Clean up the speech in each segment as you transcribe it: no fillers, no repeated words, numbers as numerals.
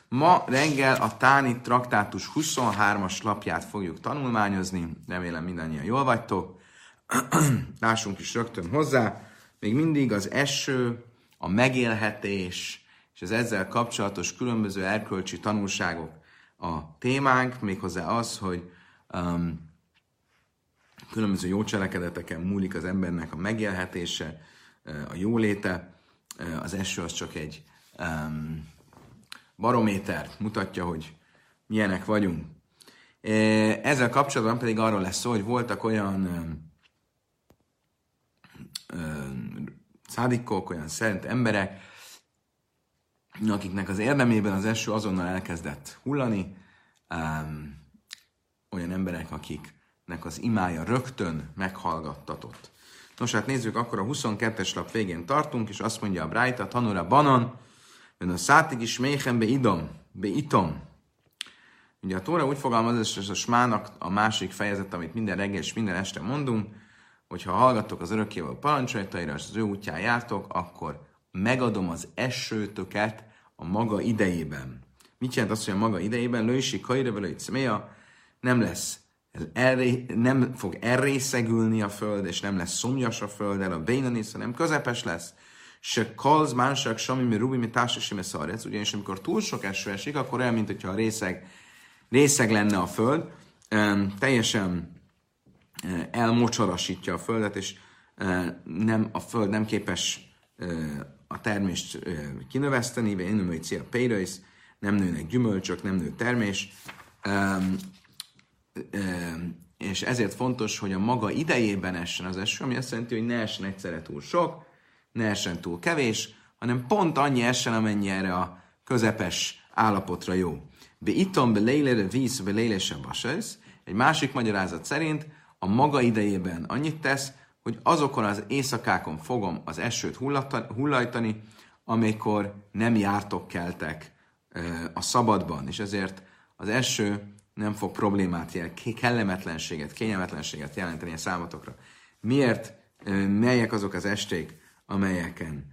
Ma reggel a Tánit traktátus 23-as lapját fogjuk tanulmányozni. Remélem mindannyian jól vagytok. Lássunk is rögtön hozzá. Még mindig az eső, a megélhetés és az ezzel kapcsolatos különböző erkölcsi tanulságok a témánk. Méghozzá az, hogy különböző jó cselekedeteken múlik az embernek a megélhetése, a jóléte. Az eső az csak egy barométer, mutatja, hogy milyenek vagyunk. Ezzel kapcsolatban pedig arról lesz szó, hogy voltak olyan szádikok, olyan szent emberek, akiknek az érdemében az eső azonnal elkezdett hullani, olyan emberek, akiknek az imája rögtön meghallgattatott. Nos, hát nézzük, akkor a 22-es lap végén tartunk, és azt mondja a Brájta, tanúra banan, ön a szátig is méhen be itom. Ugye a Tóra úgy fogalmaz, hogy a smának a másik fejezet, amit minden reggel és minden este mondunk, hogyha hallgattok az örökkévaló parancsolaitaira, és az ő útján jártok, akkor megadom az esőtöket a maga idejében. Mit jelent az, hogy a maga idejében? Lősi kajra vele egy személya, nem fog elrészegülni a föld, és nem lesz szomjas a föld, el a bénanész, hanem közepes lesz. Se kalz, mánság, sami, mi rubi, mi társasi, mi szarec. Ugyanis amikor túl sok eső esik, akkor olyan, mint hogyha a részeg lenne a föld, teljesen elmocsarasítja a földet, és a föld nem képes a termést kinöveszteni, vagy én nem cél pérész, nem nőnek gyümölcsök, nem nő termés, és ezért fontos, hogy a maga idejében essen az eső, ami azt jelenti, hogy ne essen egyszerre túl sok, ne essen túl kevés, hanem pont annyi essen, amennyi erre a közepes állapotra jó. Be itom, be lélere víz, be lélese vasajsz. Egy másik magyarázat szerint a maga idejében annyit tesz, hogy azokon az éjszakákon fogom az esőt hullajtani, amikor nem jártok keltek a szabadban, és ezért az eső nem fog problémát kellemetlenséget, kényelmetlenséget jelenteni a számotokra. Miért? Melyek azok az esték, amelyeken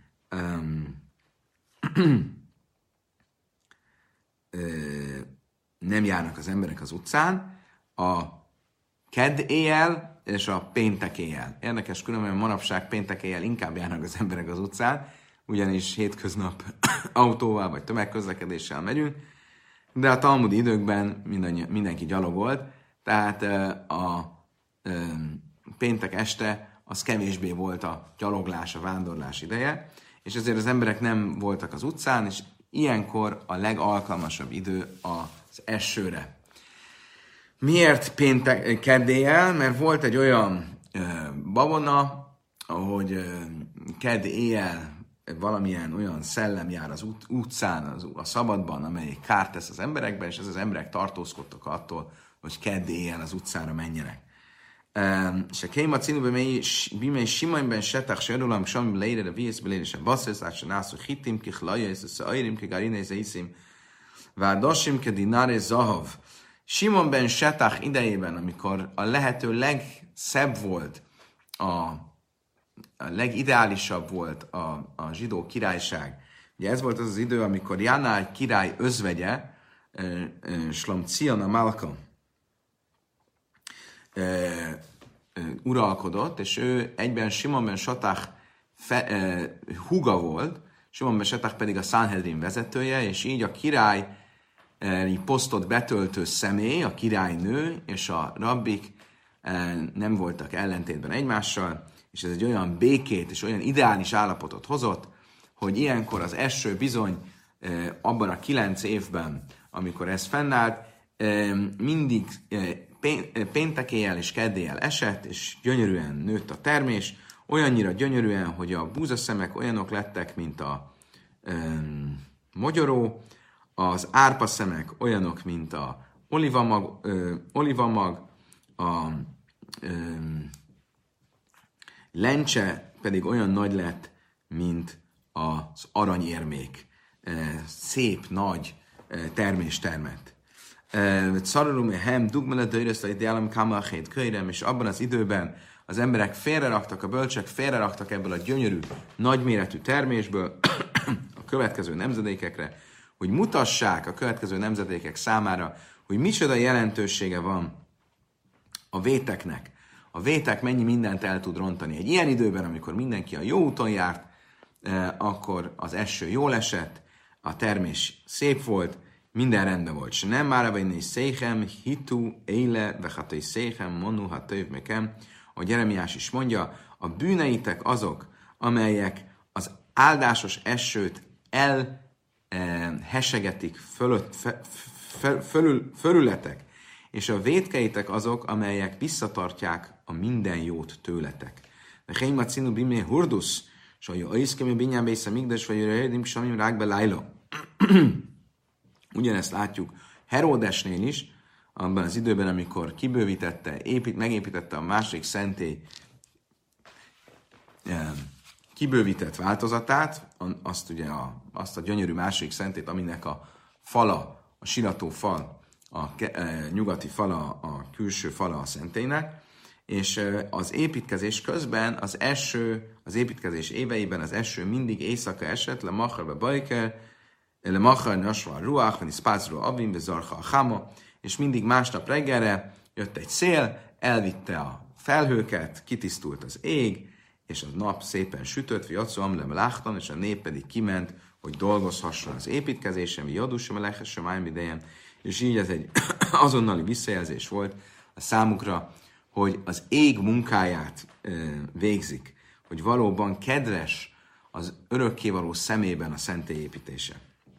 nem járnak az emberek az utcán? A kedd éjjel és a péntek éjjel. Érdekes, különben manapság péntek éjjel inkább járnak az emberek az utcán, ugyanis hétköznap autóval vagy tömegközlekedéssel megyünk, de a talmudi időkben mindenki gyalogolt, tehát a péntek este az kevésbé volt a gyaloglás, a vándorlás ideje, és ezért az emberek nem voltak az utcán, és ilyenkor a legalkalmasabb idő az esőre. Miért kedd éjjel? Mert volt egy olyan babona, hogy kedd éjjel valamilyen olyan szellem jár az utcán, a szabadban, amelyik kárt tesz az emberekben, és az emberek tartózkodtak attól, hogy kedd éjjel az utcára menjenek. És a kéma cínuban bimei simányban setach serulam, sami leire, vízbe leire, se basszesz, át se nászó hitim, kich laja, és össze airim, ki garinei zeiszim, várdasim, ke dinare zahav. Simon ben Setach idejében, amikor a lehető legszebb volt, a legideálisabb volt a zsidó királyság. Ugye ez volt az az idő, amikor Jánál király özvegye, Slomcion a Malka uralkodott, és ő egyben Simon ben Setach húga volt, Simon ben Setach pedig a Sanhedrin vezetője, és így a király posztot betöltő személy, a királynő és a rabbik nem voltak ellentétben egymással, és ez egy olyan békét és olyan ideális állapotot hozott, hogy ilyenkor az eső bizony abban a 9 évben, amikor ez fennállt, mindig péntek éjjel és kedd éjjel esett, és gyönyörűen nőtt a termés, olyannyira gyönyörűen, hogy a búzaszemek olyanok lettek, mint a mogyoró, az árpaszemek olyanok, mint a olivamag, a lencse pedig olyan nagy lett, mint az aranyérmék. Szép, nagy termést termett. Szararum hem dugmele dőröszleit diállam kamalchét köyrem, és abban az időben az emberek félreraktak, a bölcsek félreraktak ebből a gyönyörű, nagyméretű termésből a következő nemzedékekre, hogy mutassák a következő nemzedékek számára, hogy micsoda jelentősége van a véteknek. A vétek mennyi mindent el tud rontani. Egy ilyen időben, amikor mindenki a jó úton járt, akkor az eső jól esett, a termés szép volt, minden rendben volt. Se nem már abban széchem, hitu, éle, vehatai széchem, monu, hatöv mekem. A Jeremiás is mondja, a bűneitek azok, amelyek az áldásos esőt elhesegetik fölületek, és a vétkeitek azok, amelyek visszatartják a minden jót tőletek. De Heimat színú bimé hurdusz, és a jó aiszkemi binyám bésze migdes, vagy jöjjön, samim rákbe lájla. Ugyanezt látjuk Heródesnél is, abban az időben, amikor kibővítette, megépítette a második szentély kibővített változatát, azt ugye azt a gyönyörű második szentét, aminek a fala, a sirató fal, a nyugati fala, a külső fala a szentélynek, és az építkezés közben az építkezés éveiben az eső mindig éjszaka esett, le macharbe bajker, le machar nasva ruach, vagy spácról abim, ve zarha a chama, és mindig másnap reggelre jött egy szél, elvitte a felhőket, kitisztult az ég, és a nap szépen sütött, vi atszó amlem láchtan, és a nép pedig kiment, hogy dolgozhasson az építkezésen, vi jadussam a lehessem ájmidejem, és így ez egy azonnali visszajelzés volt a számukra, hogy az ég munkáját végzik, hogy valóban kedves az örökkévaló szemében a szentély építése.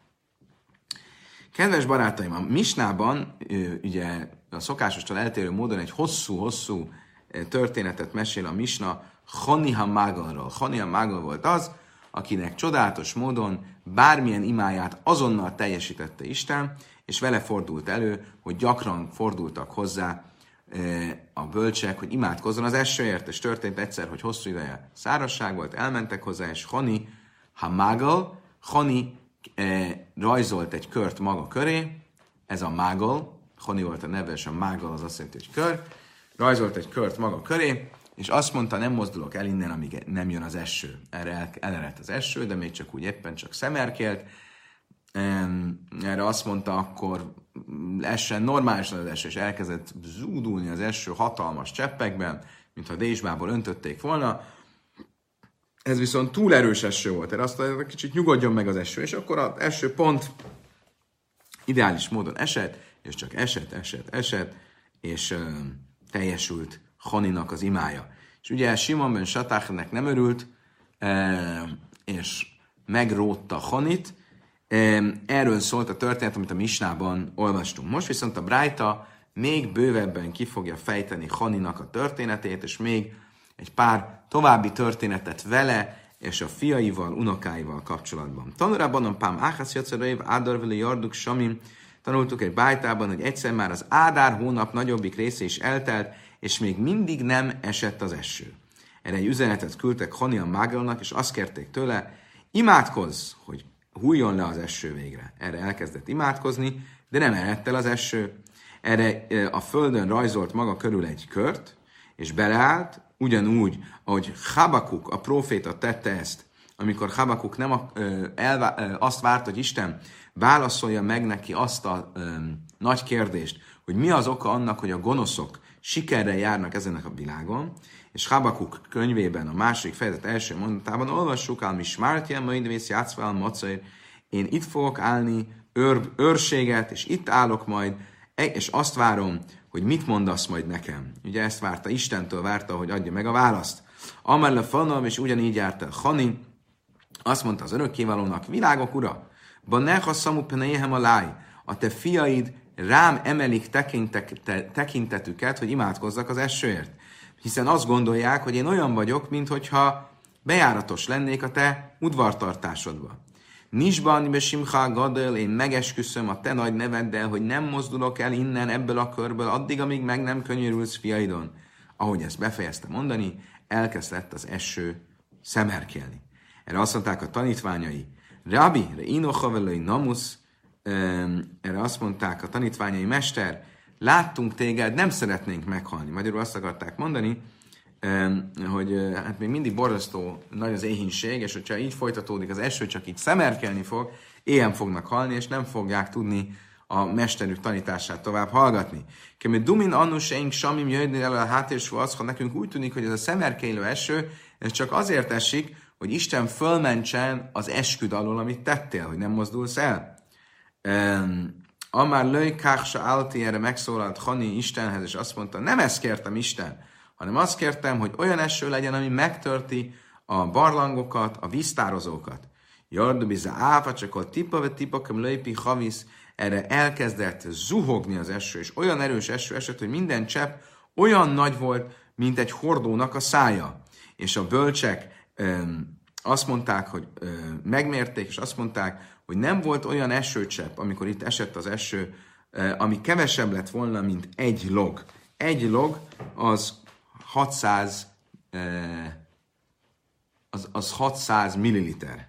Kedves barátaim, a Misnában ugye a szokásostól eltérő módon egy hosszú-hosszú történetet mesél a Misna Chani Mágalról. Chani Mágal volt az, akinek csodálatos módon bármilyen imáját azonnal teljesítette Isten, és vele fordult elő, hogy gyakran fordultak hozzá a bölcsek, hogy imádkozzon az esőért, és történt egyszer, hogy hosszú ideje szárazság volt, elmentek hozzá, és Chani Mágal, Chani rajzolt egy kört maga köré, ez a Mágal, Chani volt a neve, és a Mágal az azt jelenti, hogy kör, rajzolt egy kört maga köré, és azt mondta, nem mozdulok el innen, amíg nem jön az eső. Erre elerett az eső, de még csak úgy éppen csak szemerkélt. Erre azt mondta, akkor essen normálisan az eső, és elkezdett zúdulni az eső hatalmas cseppekben, mintha désbából öntötték volna. Ez viszont túl erős eső volt, erre azt mondta, kicsit nyugodjon meg az eső, és akkor az eső pont ideális módon esett, és csak esett, és teljesült Chaninak az imája. És ugye Simon ben Satachnek nem örült, és megrótta Chanit. Erről szólt a történet, amit a Misnában olvastunk. Most viszont a Brájta még bővebben ki fogja fejteni Chaninak a történetét, és még egy pár további történetet vele, és a fiaival, unokáival kapcsolatban. Tanulában a Pám Áhász Jacarév, Ádárvili Jarduk Samim, tanultuk egy Brájtában, hogy egyszer már az Ádár hónap nagyobbik része is eltelt, és még mindig nem esett az eső. Erre egy üzenetet küldtek Chani a Mágalnak, és azt kérték tőle, imádkozz, hogy hulljon le az eső végre. Erre elkezdett imádkozni, de nem eredt el az eső. Erre a földön rajzolt maga körül egy kört, és beleállt, ugyanúgy, ahogy Habakuk, a próféta tette ezt, amikor Habakuk nem azt várt, hogy Isten válaszolja meg neki azt a nagy kérdést, hogy mi az oka annak, hogy a gonoszok sikerrel járnak ezen a világon, és Habakuk könyvében, a második fejezet első mondatában olvassuk, al mismártjen, majd vész játszvál macér, én itt fogok állni, őrséget, és itt állok majd, és azt várom, hogy mit mondasz majd nekem. Ugye ezt várta, Istentől várta, hogy adja meg a választ. Amar le fanam, és ugyanígy járt el Chani, azt mondta az örökkévalónak, világok ura, banneha szamu penejehem a láj, a te fiaid rám emelik tekintetüket, hogy imádkozzak az esőért. Hiszen azt gondolják, hogy én olyan vagyok, minthogyha bejáratos lennék a te udvartartásodba. Nisban besimcha gadel, én megesküszöm a te nagy neveddel, hogy nem mozdulok el innen ebből a körből, addig, amíg meg nem könyörülsz fiaidon. Ahogy ezt befejezte mondani, elkezdett az eső szemerkélni. Erre azt mondták a tanítványai, Rabbi, reinochavelai namusz, erre azt mondták a tanítványai, mester, láttunk téged, nem szeretnénk meghalni. Magyarul azt akarták mondani, hogy hát még mindig borzasztó nagy az éhínség, és hogyha így folytatódik, az eső csak így szemerkelni fog, éhen fognak halni, és nem fogják tudni a mesterük tanítását tovább hallgatni. Kemi dumin annuseink samim jöjjön el a hátérsó az, ha nekünk úgy tűnik, hogy ez a szemerkélő eső, ez csak azért esik, hogy Isten fölmentsen az esküd alól, amit tettél, hogy nem mozdulsz el. Amár löj káksa állati, erre megszólalt Hani Istenhez, és azt mondta, nem ezt kértem Isten, hanem azt kértem, hogy olyan eső legyen, ami megtörti a barlangokat, a víztározókat. Jardubiza áfa, csak a tipa ve tipa, kem löjpi havisz, erre elkezdett zuhogni az eső, és olyan erős eső esett, hogy minden csepp olyan nagy volt, mint egy hordónak a szája. És a bölcsek azt mondták, hogy megmérték, és azt mondták, hogy nem volt olyan esőcsepp, amikor itt esett az eső, ami kevesebb lett volna, mint egy log. Egy log az 600 milliliter.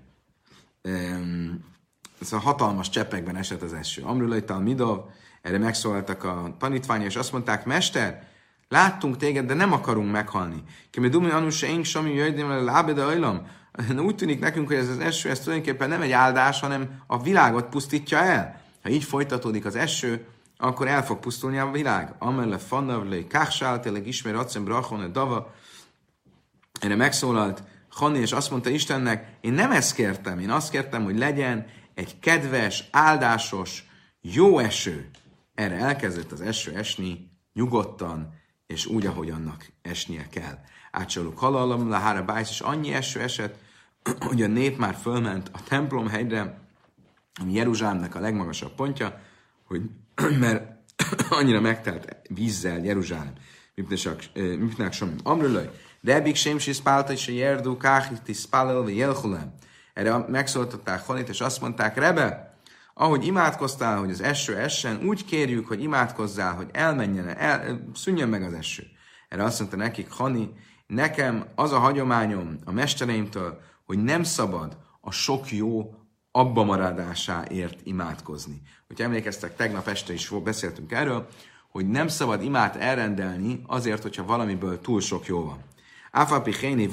Ez a hatalmas cseppekben esett az eső. Amrulajtal Midov, erre megszólaltak a tanítványok, és azt mondták, Mester, láttunk téged, de nem akarunk meghalni. Kemi dumi anuse én sami jöjjön el lábeda ajlam. Úgy tűnik nekünk, hogy ez az eső, ez tulajdonképpen nem egy áldás, hanem a világot pusztítja el. Ha így folytatódik az eső, akkor el fog pusztulni a világ. Amelle fannavlei káksál, tényleg ismer acem brachon dava. Erre megszólalt Hani, és azt mondta Istennek, én nem ezt kértem, én azt kértem, hogy legyen egy kedves, áldásos, jó eső. Erre elkezdett az eső esni, nyugodtan, és úgy, ahogy annak esnie kell. Átcsaluk halalom, lahára bájsz, és annyi eső esett, hogy a nép már fölment a templom hegyre, ami Jeruzsálemnek a legmagasabb pontja, hogy, mert annyira megtelt vízzel Jeruzsálem. Mipnek somim. Amrulaj, Rebik Sémsis Pálta és a Jerdú Káhiti Spálelve Jelchulem. Erre megszólították Hanit, és azt mondták, Rebe, ahogy imádkoztál, hogy az eső essen, úgy kérjük, hogy imádkozzál, hogy szűnjön meg az eső. Erre azt mondta nekik Hani, nekem az a hagyományom a mestereimtől, hogy nem szabad a sok jó abba maradásáért imádkozni. Hogyha emlékeztek, tegnap este is beszéltünk erről, hogy nem szabad imát elrendelni azért, hogyha valamiből túl sok jó van. Áfapi héni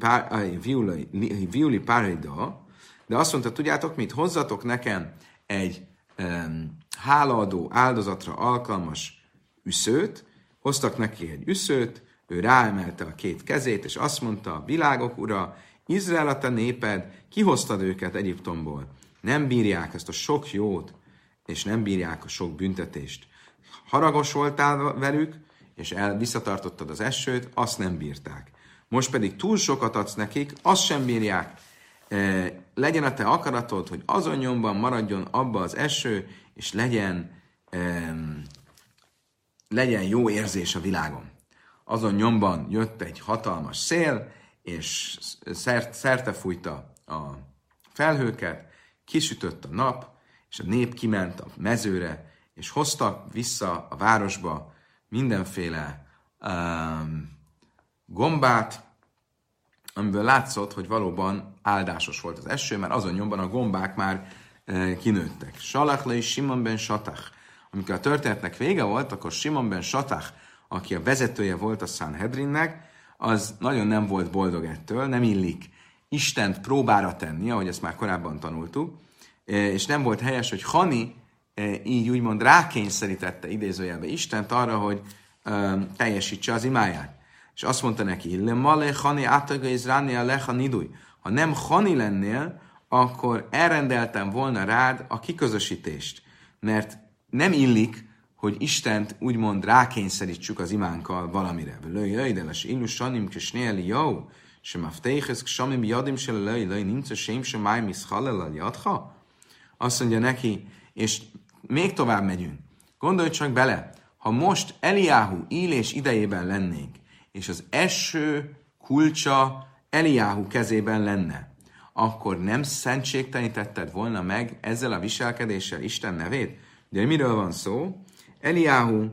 viuli párida, de azt mondta, tudjátok mit, hozzatok nekem egy hálaadó áldozatra alkalmas üszőt, hoztak neki egy üszőt, ő ráemelte a két kezét, és azt mondta, világok ura, Izrael a te néped, kihoztad őket Egyiptomból. Nem bírják ezt a sok jót, és nem bírják a sok büntetést. Haragos voltál velük, és visszatartottad az esőt, azt nem bírták. Most pedig túl sokat adsz nekik, azt sem bírják. Legyen a te akaratod, hogy azon nyomban maradjon abba az eső, és legyen jó érzés a világon. Azon nyomban jött egy hatalmas szél, és szerte fújta a felhőket, kisütött a nap, és a nép kiment a mezőre, és hoztak vissza a városba mindenféle gombát, amiből látszott, hogy valóban áldásos volt az eső, mert azon nyomban a gombák már kinőttek. Salach le is Simon ben Satach. Amikor a történetnek vége volt, akkor Simon ben Satach, aki a vezetője volt a Sanhedrinnek, az nagyon nem volt boldog ettől, nem illik Istent próbára tenni, ahogy ezt már korábban tanultuk, és nem volt helyes, hogy Hani így úgymond rákényszerítette idézőjelbe Istent arra, hogy teljesítse az imáját. És azt mondta neki, ha nem Hani lennél, akkor elrendeltem volna rád a kiközösítést, mert nem illik, hogy Istent úgymond rákényszerítsük az imánkkal valamire. Lőjöjdeles, illus sanim kisnéli jó, sem aftéhez, samim jadim se lőj, nincs sem sem máj miszhalel jadha. Azt mondja neki, és még tovább megyünk. Gondolj csak bele, ha most Eliáhu élés idejében lennénk, és az eső kulcsa Eliáhu kezében lenne, akkor nem szentségtelenítetted volna meg ezzel a viselkedéssel Isten nevét? De miről van szó? Eliáhu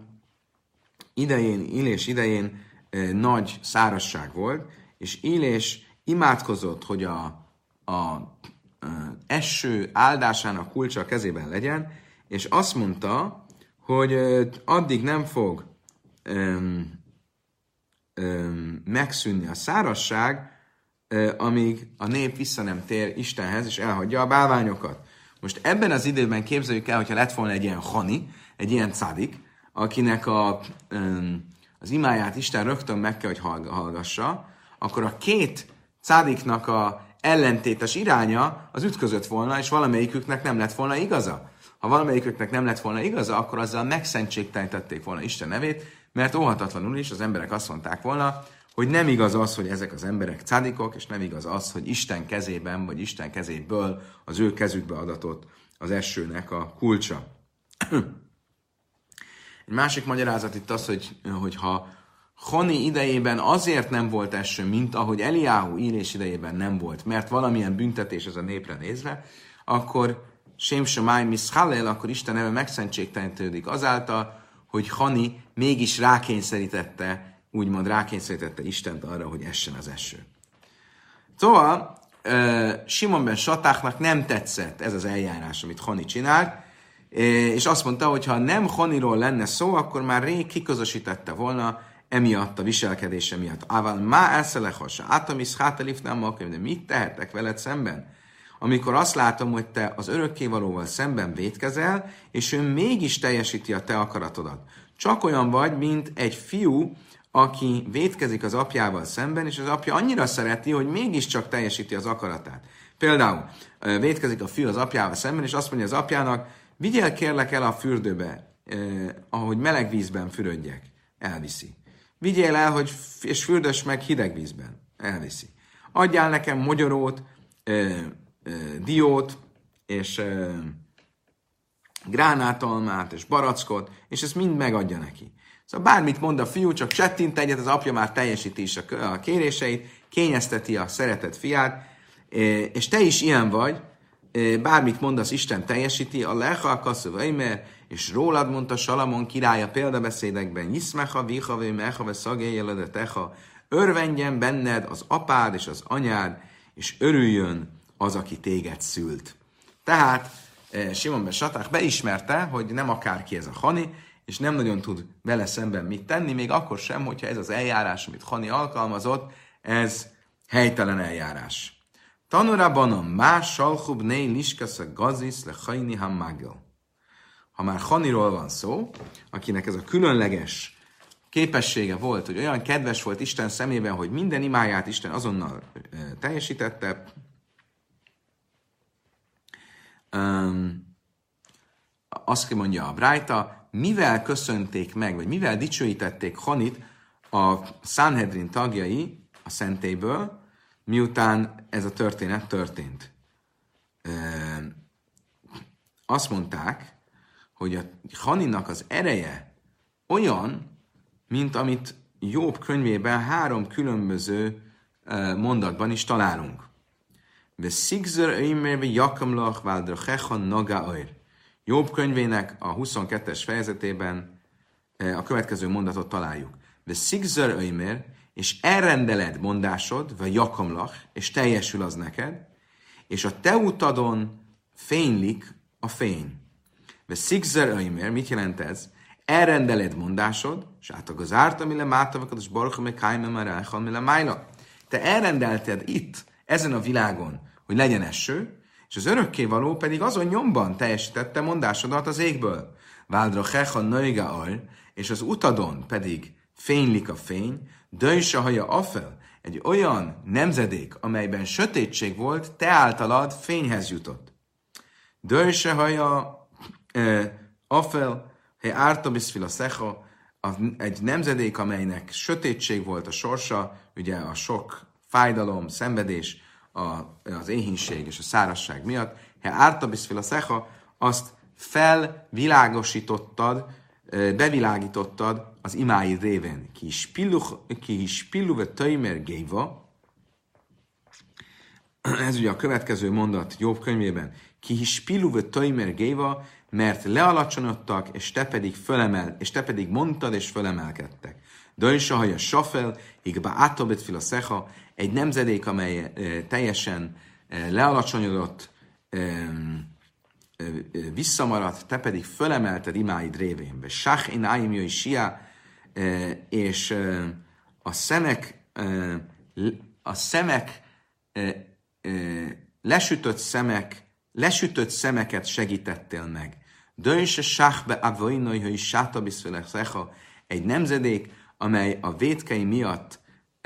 Élés idején nagy szárazság volt, és Élés imádkozott, hogy a eső áldásának kulcsa a kezében legyen, és azt mondta, hogy addig nem fog megszűnni a szárazság, amíg a nép vissza nem tér Istenhez, és elhagyja a bálványokat. Most ebben az időben képzeljük el, hogyha lett volna egy ilyen hani, egy ilyen cádik, akinek az imáját Isten rögtön meg kell, hogy hallgassa, akkor a két cádiknak a ellentétes iránya az ütközött volna, és valamelyiküknek nem lett volna igaza. Ha valamelyiküknek nem lett volna igaza, akkor azzal megszentségtelenítették volna Isten nevét, mert óhatatlanul is az emberek azt mondták volna, hogy nem igaz az, hogy ezek az emberek cádikok, és nem igaz az, hogy Isten kezében, vagy Isten kezéből az ő kezükbe adatott az esőnek a kulcsa. Egy másik magyarázat itt az, hogy ha Honi idejében azért nem volt eső, mint ahogy Eliáhu írés idejében nem volt, mert valamilyen büntetés ez a népre nézve, akkor Sém Samály Miszhalel, akkor Isten neve megszentségtelenítődik azáltal, hogy Hani mégis úgymond rákényszerítette Istent arra, hogy essen az eső. Szóval Simon ben Satáknak nem tetszett ez az eljárás, amit Hani csinált, és azt mondta, hogy ha nem Haniról lenne szó, akkor már rég kiközösítette volna emiatt a viselkedése miatt. Ával má elszelehasa, átamis hátalifnám alkalmi, de mit tehetek veled szemben? Amikor azt látom, hogy te az örökkévalóval szemben vétkezel, és ő mégis teljesíti a te akaratodat. Csak olyan vagy, mint egy fiú, aki vétkezik az apjával szemben, és az apja annyira szereti, hogy mégiscsak teljesíti az akaratát. Például vétkezik a fiú az apjával szemben, és azt mondja az apjának, vigyél kérlek el a fürdőbe, ahogy meleg vízben fürödjek. Elviszi. Vigyél el, és fürdös meg hideg vízben. Elviszi. Adjál nekem mogyorót, diót, és gránátalmát, és barackot, és ezt mind megadja neki. Szóval bármit mond a fiú, csak csettint egyet, az apja már teljesíti is a kéréseit, kényezteti a szeretett fiát, és te is ilyen vagy, bármit mondasz, Isten teljesíti, a leha, kasszöv, és rólad mondta Salamon királya példabeszédekben, Nyiszmeha, Viha, Meha, Szagéjelöde, Teha, örvendjen benned az apád és az anyád, és örüljön az, aki téged szült. Tehát Simon ben Saták beismerte, hogy nem akárki ez a Hani, és nem nagyon tud vele szemben mit tenni, még akkor sem, hogyha ez az eljárás, amit Hani alkalmazott, ez helytelen eljárás. Tanurabanom más salchub né liskasza gazis le hajni hammagel. Ha már Haniról van szó, akinek ez a különleges képessége volt, hogy olyan kedves volt Isten szemében, hogy minden imáját Isten azonnal teljesítette, azt mondja a Brájta, mivel köszönték meg, vagy mivel dicsőítették Hanit a Sanhedrin tagjai a szentélyből, miután ez a történet történt. Azt mondták, hogy a Haninak az ereje olyan, mint amit Jobb könyvében 3 különböző mondatban is találunk. Jobb könyvének a 22-es fejezetében a következő mondatot találjuk. És elrendeled mondásod, vagy jakamlach, és teljesül az neked, és a te utadon fénylik a fény. Mit jelent ez? Elrendeled mondásod, és átag az ártamile mátavakat, és barachame kájme már elhalmile májla. Te elrendelted itt, ezen a világon, hogy legyen eső, és az örökkévaló pedig azon nyomban teljesítette mondásodat az égből. Váldra hecha nöjga al, és az utadon pedig fénylik a fény, döjse haja afel, egy olyan nemzedék, amelyben sötétség volt, te általad fényhez jutott. Döjse haja afel, he ártabiszfila szecha, egy nemzedék, amelynek sötétség volt a sorsa, ugye a sok fájdalom, szenvedés, az éhínség és a szárazság miatt, he ártabiszfila szecha, azt felvilágosítottad, bevilágítottad az imáid révén. Ki is pilluve töjmer géva, ez ugye a következő mondat Jobb könyvében, ki is pilluve töjmer géva, mert lealacsonyodtak, és te pedig mondtad, és fölemelkedtek. Döjsahaja safel, igba átobet fil a szecha, egy nemzedék, amely teljesen lealacsonyodott, visszamaradt, te pedig fölemelted imáid révén. Sach in áim jöjj sia, és a szemek lesütött szemeket segítettél meg. Döjse sáhbe avoinoi, hogy sátabiszfelekszecha, egy nemzedék, amely a vétkei miatt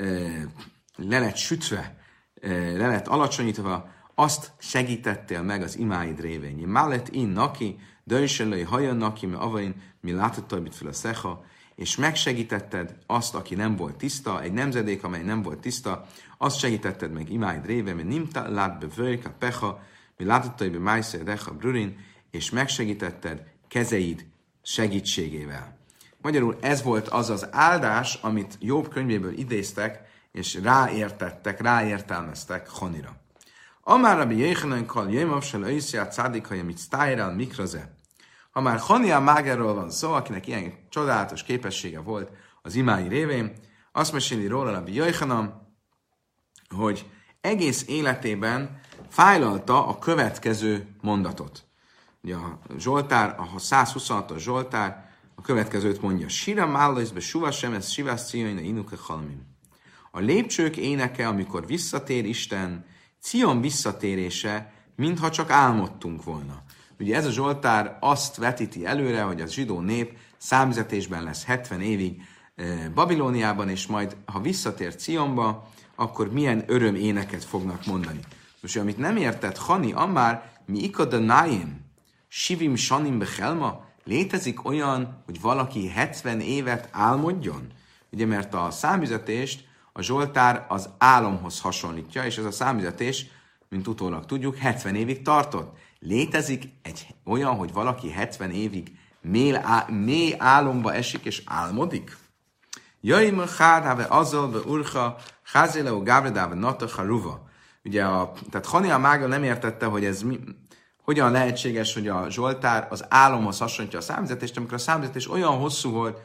le lett sütve, le lett alacsonyítva, azt segítettél meg az imáid révén. Mallet in naki, döjselői hajan naki, me avain, mi látottal bit fel a szecha, és megsegítetted azt, aki nem volt tiszta, egy nemzedék, amely nem volt tiszta, azt segítetted meg imáid révén, mi nimta lát be vörka pecha, mi látottal be májszer decha brurin, és megsegítetted kezeid segítségével. Magyarul ez volt az az áldás, amit Jobb könyvéből idéztek, és ráértelmeztek Honira. Amár Rabbi Jéhanan kal jöjmav sel öjszját szádikhaja mit sztájrál mikraze. Ha már Hania Mágerről van szó, akinek ilyen csodálatos képessége volt az imái révén, azt meséli róla Rabbi Jéhanan, hogy egész életében fájlalta a következő mondatot. Ugye a Zsoltár, a 126-os Zsoltár a következőt mondja. Sira mállajzbe suva semez sivász cijaina inuke halmim. A lépcsők éneke, amikor visszatér Isten, Cion visszatérése, mintha csak álmodtunk volna. Ugye ez a Zsoltár azt vetíti előre, hogy a zsidó nép számüzetésben lesz 70 évig Babilóniában, és majd, ha visszatér Cionba, akkor milyen öröm éneket fognak mondani. Most, amit nem értett Hani, ammár mi ikadanáim, sivim sanim bechelma, létezik olyan, hogy valaki 70 évet álmodjon? Ugye, mert a számüzetést a Zsoltár az álomhoz hasonlítja, és ez a számüzetés, mint utólag tudjuk, 70 évig tartott. Létezik egy olyan, hogy valaki 70 évig mély álomba esik és álmodik? Jaim chádháve azzal be urcha, cházéleu gávredáve nata haruva. Ugye, tehát Hani a mága nem értette, hogy ez hogyan lehetséges, hogy a Zsoltár az álomhoz hasonlítja a számüzetést, amikor a számüzetés olyan hosszú volt,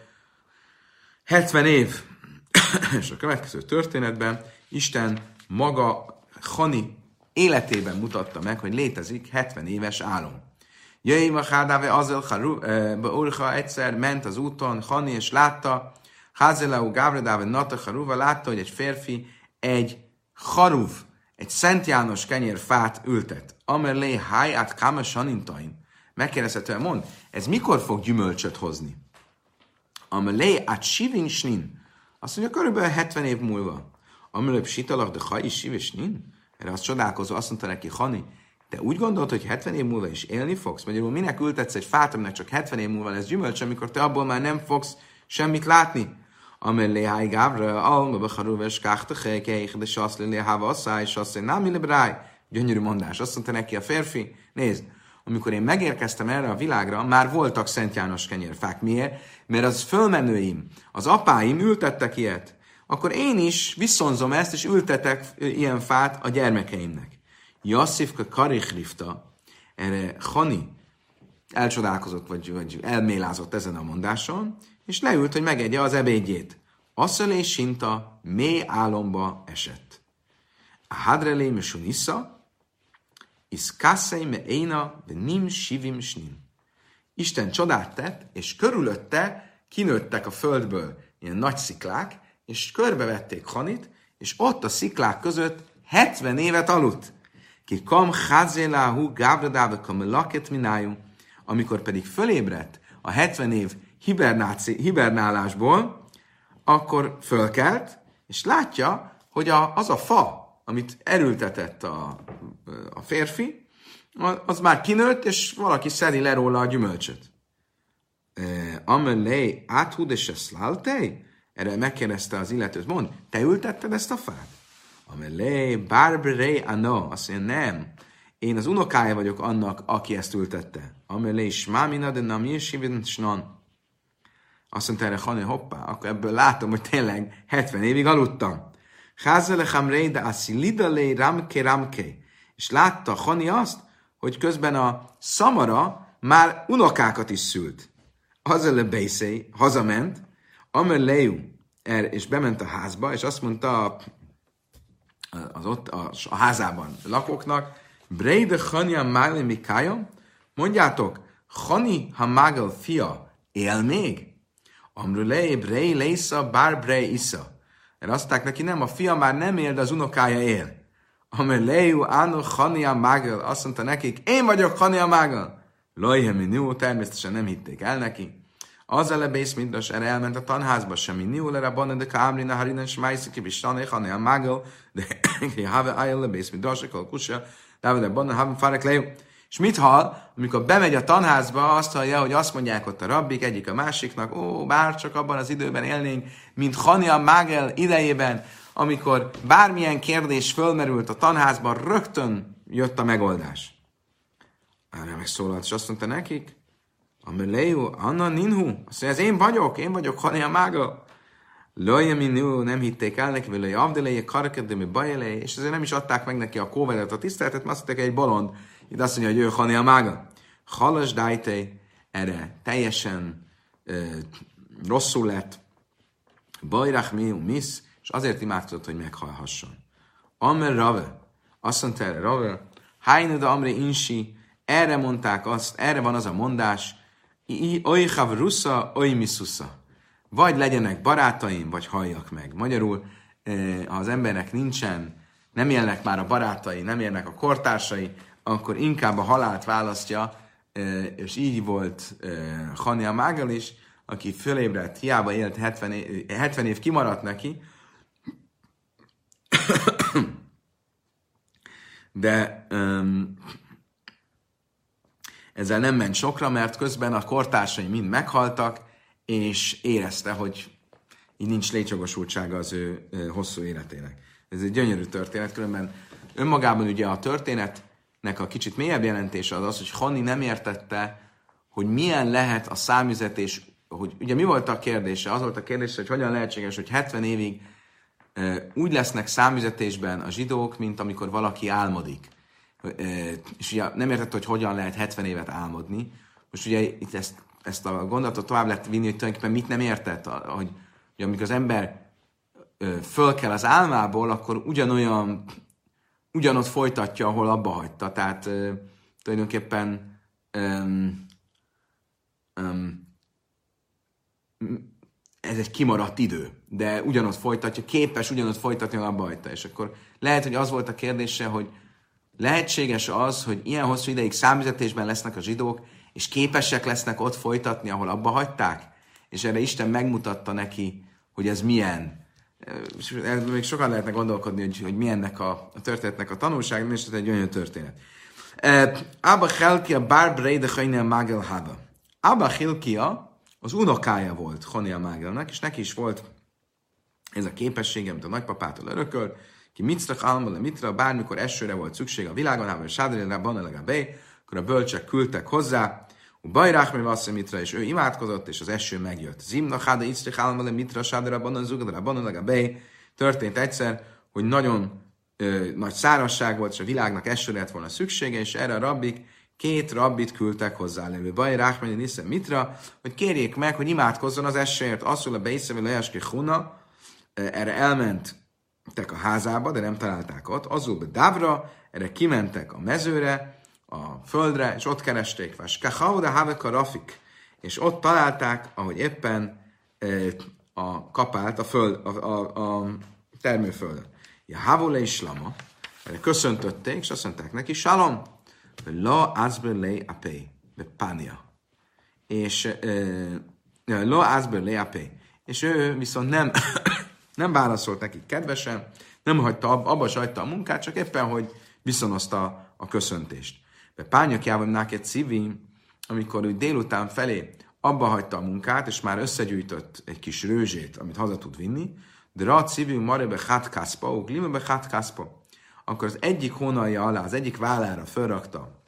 70 év. És a következő történetben Isten maga Hani életében mutatta meg, hogy létezik 70 éves álom. Jöjjön a Hádáve Urcha egyszer ment az úton, Hani, és látta, Házelau Gávredáve Nata Haruva látta, hogy egy férfi egy haruv, egy Szent János kenyérfát ültet. Amerlé háját káma sanintain. Megkérdezhetően mond, ez mikor fog gyümölcsöt hozni? Amerlé át sivin snin. Azt mondja, körülbelül 70 év múlva. Amelőbb sitalak, de ha is síves nin? Erre az csodálkozó azt mondta neki, Hani, te úgy gondolod, hogy 70 év múlva is élni fogsz? Magyarul minek ültetsz egy fát, aminek csak 70 év múlva lesz gyümölcs, amikor te abból már nem fogsz semmit látni? Amelé háj gávra, alma becharuves káhtaché, kéh, de saszlélé hávaszáj, saszlé námi lebráj. Gyönyörű mondás. Azt mondta neki a férfi, nézd, amikor én megérkeztem erre a világra, már voltak Szent János kenyérfák. Miért? Mert az fölmenőim, az apáim ültettek ilyet. Akkor én is viszonzom ezt, és ültetek ilyen fát a gyermekeimnek. Jasszivka karichrifta, erre Hani elcsodálkozott, vagy elmélázott ezen a mondáson, és leült, hogy megegye az ebédjét. Asszalé sinta mély álomba esett. A hadrelé mesunissa, is kasszei me éna, de nim sivim snin. Isten csodát tett, és körülötte kinőttek a földből ilyen nagy sziklák, és körbevették Hanit, és ott a sziklák között 70 évet aludt. Ki kam chazéláhu gávradáve kamelaket minájú, amikor pedig fölébredt a 70 év hibernálásból, akkor fölkelt, és látja, hogy az a fa, amit erültetett a férfi, az már kinőtt, és valaki szedi le róla a gyümölcsöt. Amelé áthúdese szláltej? Erre megkérdezte az illetőt, mond, te ültetted ezt a fát? Amelé barberé ano, azt mondja, nem. Én az unokája vagyok annak, aki ezt ültette. Amelé smámina de namir sivin snan. Azt mondta erre Hani, hoppá, akkor ebből látom, hogy tényleg 70 évig aludtam. Házelechem de asszilidalé ramke. És látta Hani azt, hogy közben a szamara már unokákat is szült. Hazele Beisei hazament, Amerleju, és bement a házba, és azt mondta az ott a házában lakóknak, Breide Hania Mágli Mikája, mondjátok, Hani Hamágel fia él még? Amrulei Brei Leisa Bar Brei Isza. Erre azt mondták neki, nem, a fia már nem él, de az unokája él. Amely Leu Anu Chania Magel, azt mondta nekik, én vagyok Chania Magel. Lojhemi Niu, természetesen nem hitték el neki. Az elebész mindas, erre elment a tanházba, semmi Niu, erre banne de Kámrina Harinan Smájszik, és Tané Chania Magel, de have ájjel lebész mindas, akkor kussa, de banne have Farek Leu. És mit hall, amikor bemegy a tanházba, azt hallja, hogy azt mondják ott a rabbik egyik a másiknak, ó, bár csak abban az időben élnénk, mint Chania Magel idejében, amikor bármilyen kérdés fölmerült a tanházban, rögtön jött a megoldás. Erre megszólalt, és azt mondta nekik, Ameleu, Anna Ninhu, azt mondja, ez én vagyok Chania Magel. Lojeminu, nem hitték el neki, vagy Avdeleje, Karakedemi, Bajeleje, és ezért nem is adták meg neki a kóvedet, a tiszteletet, mert azt mondták, egy bolond, itt azt mondja, hogy ő Chania Magel. Halas Dajtej, erre teljesen rosszul lett, Bajrach miu misz, és azért imádkozott, hogy meghalhasson. Amer Rave, azt mondta erre Rave, Hájnöda Amre Insi, erre mondták azt, erre van az a mondás, Oly Havrusza, oly Misusza. Vagy legyenek barátaim, vagy halljak meg. Magyarul, ha az embernek nem élnek már a barátai, nem élnek a kortársai, akkor inkább a halált választja, és így volt Chania Magel is, aki fölébredt, hiába élt 70 év kimaradt neki, de ezzel nem ment sokra, mert közben a kortársai mind meghaltak, és érezte, hogy így nincs létjogosultsága az ő hosszú életének. Ez egy gyönyörű történet, különben önmagában ugye a történetnek a kicsit mélyebb jelentése az, hogy Chani nem értette, hogy milyen lehet a számüzetés, hogy ugye mi volt a kérdése? Az volt a kérdése, hogy hogyan lehetséges, hogy 70 évig úgy lesznek számüzetésben a zsidók, mint amikor valaki álmodik. És ugye nem értette, hogy hogyan lehet 70 évet álmodni. Most ugye itt ezt a gondolatot tovább lehet vinni, hogy tulajdonképpen mit nem értett, hogy amikor az ember fölkel az álmából, akkor ugyanott folytatja, ahol abba hagyta. Tehát tulajdonképpen ez egy kimaradt idő, de ugyanott folytatja, képes ugyanott folytatni, ahol abba hagyta. És akkor lehet, hogy az volt a kérdése, hogy lehetséges az, hogy ilyen hosszú ideig számüzetésben lesznek a zsidók, és képesek lesznek ott folytatni, ahol abba hagyták? És erre Isten megmutatta neki, hogy ez milyen. Még sokan lehetne gondolkodni, hogy milyennek a történetnek a tanulság, és ez egy olyan történet. Abba Hilkia bar Breide Chania Magel Haba. Abba Hilkia az unokája volt Chania Magelnek, és neki is volt ez a képessége, amit a nagypapától örökölt, ki mitzrach alma mitra, bármikor esőre volt szükség a világon, vagy sádrére banelaga be, akkor a bölcsek küldtek hozzá, bajrach mi vasszem mitra, és ő imádkozott, és az eső megjött. Zimna háda isztrich alma mitra, sádrére banelaga be, történt egyszer, hogy nagyon nagy szárazság volt, és a világnak esőre lett volna szüksége, és erre a rabbik 2 rabbit küldtek hozzá levő. Bajrach mi niszem mitra, hogy kérjék meg, hogy imádkozzon az esőért. Asszul a beiszevi lejeski huna, erre elmentek a házába, de nem találták ott. Azul be Dávra, erre kimentek a mezőre, a földre, és ott keresték. Vaskachauda haveka rafik, és ott találták, ahogy éppen a kapált a termőföldön. Ja, havole is lama, erre köszöntötték, és azt mondták neki, salom, la azberlei apé, be pania. És la azberlei apé. És ő viszont nem válaszolt nekik kedvesen, nem hagyta, abba se hagyta a munkát, csak éppen, hogy viszonozta a köszöntést. De pányakjában náked civi, amikor úgy délután felé abba hagyta a munkát, és már összegyűjtött egy kis rőzsét, amit haza tud vinni, de rá civi marebe hát kaszpa, uglimebe hát kaszpa. Akkor az egyik hónalja alá, az egyik vállára felrakta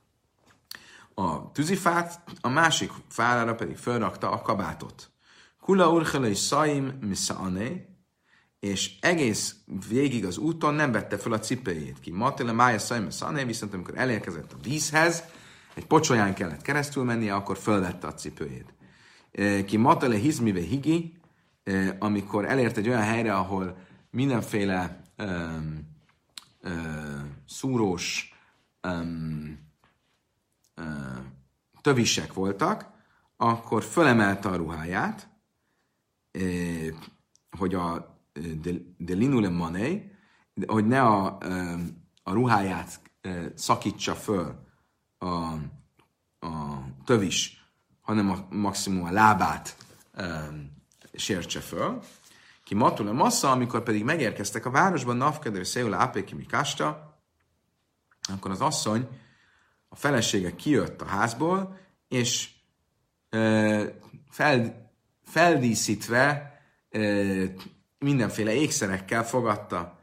a tűzifát, a másik vállára pedig felrakta a kabátot. Kula urchele és szaim miszaane, és egész végig az úton nem vette fel a cipőjét ki. Matele mája szaim miszaane, viszont amikor elérkezett a vízhez, egy pocsolyán kellett keresztül mennie, akkor fölvette a cipőjét. Ki matele hizmive higi, amikor elért egy olyan helyre, ahol mindenféle szúrós tövisek voltak, akkor fölemelte a ruháját, hogy de linule mané, hogy ne a ruháját szakítsa föl a tövis, hanem maximum a lábát sértse föl. Ki matule massza, amikor pedig megérkeztek a városban, nafkedő széula apéki mikásta, akkor az asszony, a felesége kijött a házból, és feldíszítve mindenféle ékszerekkel fogadta.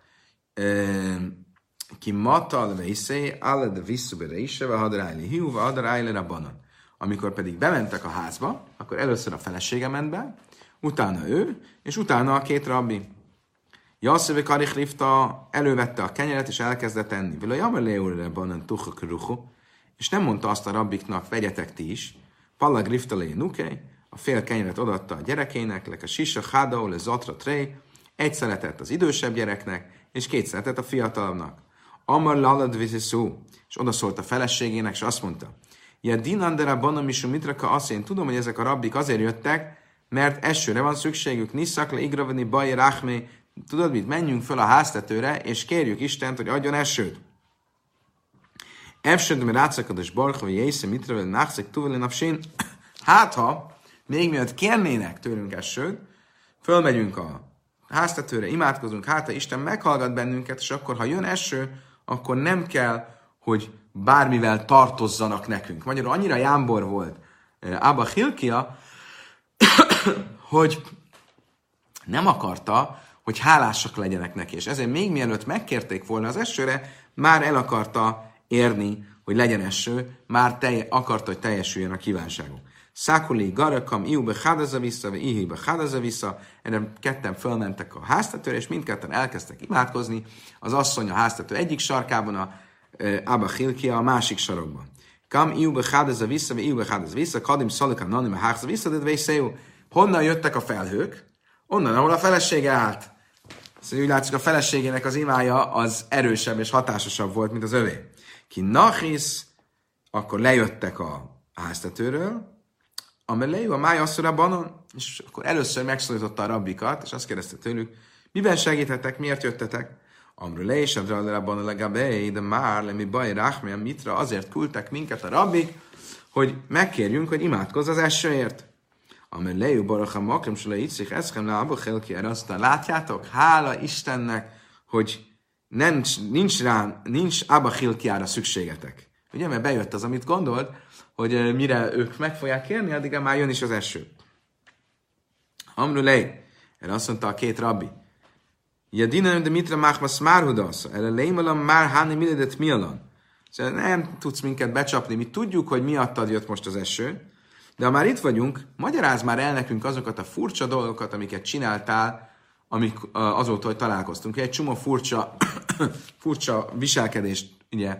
Ki matal veiszé, alle de visszubere is, ve hadarájli hiú, ve hadarájli rabbanon. Amikor pedig bementek a házba, akkor először a felesége ment be, utána ő, és utána a két rabbi. Jasszöve karich rifta elővette a kenyeret, és elkezdett enni. Vila jammer leúrre banan tuchak ruchu, és nem mondta azt a rabbiknak, vegyetek ti is. Pallag rifta le nukej, a fél kenyeret odaadta a gyerekének, lek a sisa hádó, le zatra trej, egy szeletet az idősebb gyereknek, és két szeletet a fiatalabbnak. Amar lalad viziszó, és odaszólt a feleségének, és azt mondta, ja dinandera banam isu mitraka, azt én tudom, hogy ezek a rabbik azért jöttek, mert esőre van szükségük, niszak le igravani baj ráhmé, tudod mit, menjünk föl a háztetőre, és kérjük Istent, hogy adjon esőt. Efsöd, mert rátszakados barha, vagy jésze, mitravel, nákszek, tuvel, napsén. Hát, ha még miatt kérnének tőlünk esőt, fölmegyünk a háztetőre, imádkozunk, hát ha Isten meghallgat bennünket, és akkor, ha jön eső, akkor nem kell, hogy bármivel tartozzanak nekünk. Magyarul annyira jámbor volt Abba Hilkia, hogy nem akarta, hogy hálásak legyenek neki, és ezért még mielőtt megkérték volna az esőre, már el akarta érni, hogy legyen eső, már akarta, hogy teljesüljön a kívánságunk. Szákuli, garakam, iúbe hádaza vissza, vagy ihibe hádaza vissza, erre ketten fölmentek a háztetőre, és mindketten elkezdtek imádkozni, az asszony a háztető egyik sarkában, a Abba Hilkia a másik sarokban. Kam iúbe hádaza vissza, vagy iúbe hádaza vissza, kadim szalika nanim a hádaza vissza, de dvejszéjú. Honnan jöttek a felhők? Onnan, ahol a felesége állt. Szóval úgy látszik, a feleségének az imája az erősebb és hatásosabb volt, mint az övé. Ki nachisz, akkor lejöttek a háztetőről, amelejű a máj asszura banon, és akkor először megszólította a rabbikat, és azt kérdezte tőlük, miben segíthetek, miért jöttetek? Amru le és adra banon legabé, de már le mi baj ráhmé, mitra, azért küldtek minket a rabbik, hogy megkérjünk, hogy imádkozz az esőért. Amelejű baracham makrim se leítszik, eszkem le abba helki, erre aztán látjátok, hála Istennek, hogy nincs Abba Hilkiára szükségetek. Ugye, mert bejött az, amit gondolt, hogy mire ők meg fogják kérni, addigra már jön is az eső. Amru lej, erre azt mondta a két rabbi. Jadinam de mitra machmas márhudasz, erre lémalam már háni miledet mialan. Szóval nem tudsz minket becsapni, mi tudjuk, hogy miattad jött most az eső, de ha már itt vagyunk, magyarázd már el nekünk azokat a furcsa dolgokat, amiket csináltál, azóta, hogy találkoztunk. Egy csomó furcsa viselkedést ugye,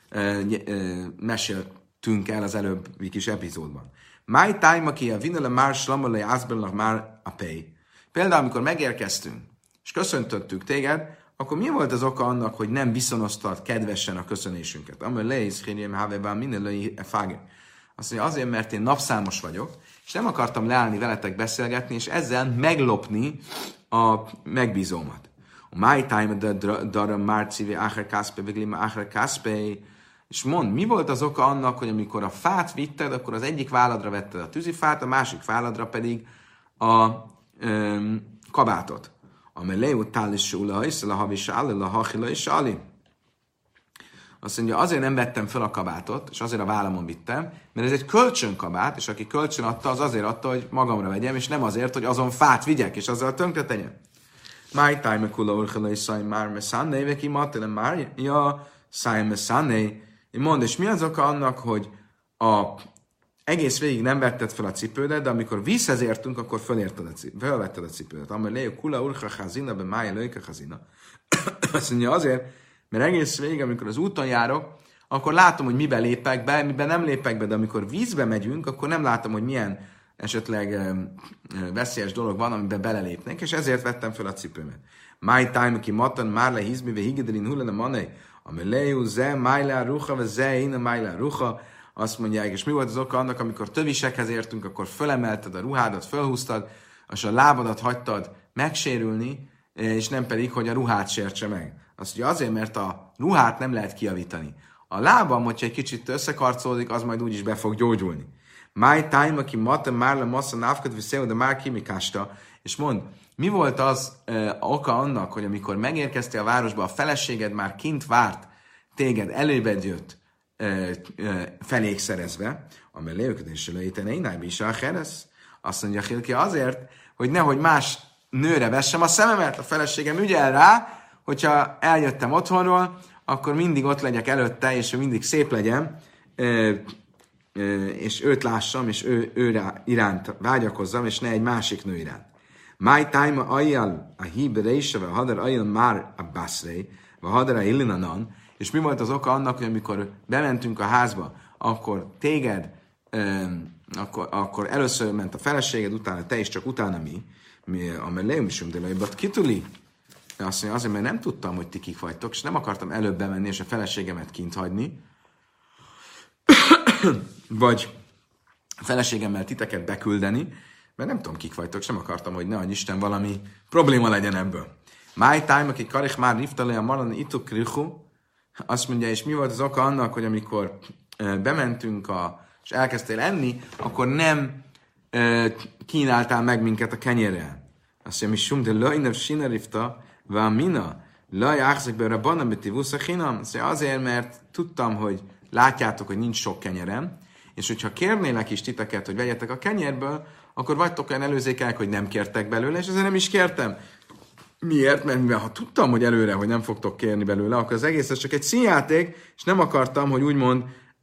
meséltünk el az előbbi kis epizódban. Máj tájma ki a vinele már slamalai ászbelnak már a pej. Például, amikor megérkeztünk, és köszöntöttük téged, akkor mi volt az oka annak, hogy nem viszonoztad kedvesen a köszönésünket? Amely leisz, hírjem, hávebán, minden löj, fáge. Azt mondja, azért, mert én napszámos vagyok, és nem akartam leállni veletek beszélgetni, és ezzel meglopni a megbízómat. A my time dara márcivi áher kászpe, viglima áher kászpe, és mond, mi volt az oka annak, hogy amikor a fát vitted, akkor az egyik válladra vetted a tűzifát, a másik válladra pedig a kabátot. Amely leutál is ula, és a havisa alila, hachila és ali. Azt mondja, azért nem vettem fel a kabátot, és azért a vállamon vittem, mert ez egy kölcsönkabát, és aki kölcsön adta, az azért adta, hogy magamra vegyem, és nem azért, hogy azon fát vigyek, és azzal tönkre tegyem. My time kula urchala is száj már messzánné, veki matele már, ja, száj messzánné. Mond, és mi az oka annak, hogy egész végig nem vetted fel a cipődet, de amikor vízhez értünk, akkor felvetted a cipődet. Amely lejő kula urcha chazina, be mája lőke chazina. Azt mondja, azért, mert egész végig, amikor az úton járok, akkor látom, hogy miben lépek be, miben nem lépek be, de amikor vízbe megyünk, akkor nem látom, hogy milyen esetleg veszélyes dolog van, amiben belelépnek, és ezért vettem fel a cipőmet. My time ki matan, már le hizmi, ve higedrin hulene manei, amely lejú, ze, májlá ruha, ve ze, ina májlá ruha. Azt mondják, és mi volt az oka annak, amikor tövisekhez értünk, akkor fölemelted a ruhádat, fölhúztad, és a lábadat hagytad megsérülni, és nem pedig, hogy a ruhát sértse meg. Azt ugye azért, mert a ruhát nem lehet kijavítani. A lábam, hogyha egy kicsit összekarcolódik, az majd úgyis be fog gyógyulni. My time, aki mate már le massza návkat, viszont de már kimikásta, és mond, mi volt az oka annak, hogy amikor megérkeztél a városba, a feleséged már kint várt, téged előbbed jött felékszerezve, amely lejöködésre lejtene inájbi is a heresz. Azt mondja Hilki azért, hogy nehogy más nőre vessem a szememet, a feleségem ügyel rá, hogyha eljöttem otthonról, akkor mindig ott legyek előtte, és ő mindig szép legyen, és őt lássam, és őre iránt vágyakozzam, és ne egy másik nő iránt. My time ajjal a híberése, vagy hadar ajjal már a baszré, vagy hadar a illinanan, és mi volt az oka annak, hogy amikor bementünk a házba, akkor téged, akkor először ment a feleséged, utána te is, csak utána mi amely leümisünk, de lejjebb kituli. Azt mondja, azért, mert nem tudtam, hogy ti kik vagytok, és nem akartam előbb bemenni, és a feleségemet kint hagyni, vagy a feleségemmel titeket beküldeni, mert nem tudom, kik vagytok, és nem akartam, hogy ne adj Isten valami probléma legyen ebből. My time, aki karich már riftalé a maran itukrichu, azt mondja, és mi volt az oka annak, hogy amikor bementünk és elkezdtél enni, akkor nem kínáltál meg minket a kenyérrel. Azt mondja, mi sum de lajnev sinarifta, van mina, laj áxzik be rabbanam betivusza chinam. Azt mondja, azért, mert tudtam, hogy látjátok, hogy nincs sok kenyerem, és hogyha kérnélek is titeket, hogy vegyetek a kenyérből, akkor vagytok olyan előzékelek, hogy nem kértek belőle, és ezért nem is kértem. Miért? Mert mivel ha tudtam, hogy előre, hogy nem fogtok kérni belőle, akkor az egész ez csak egy színjáték, és nem akartam, hogy úgymond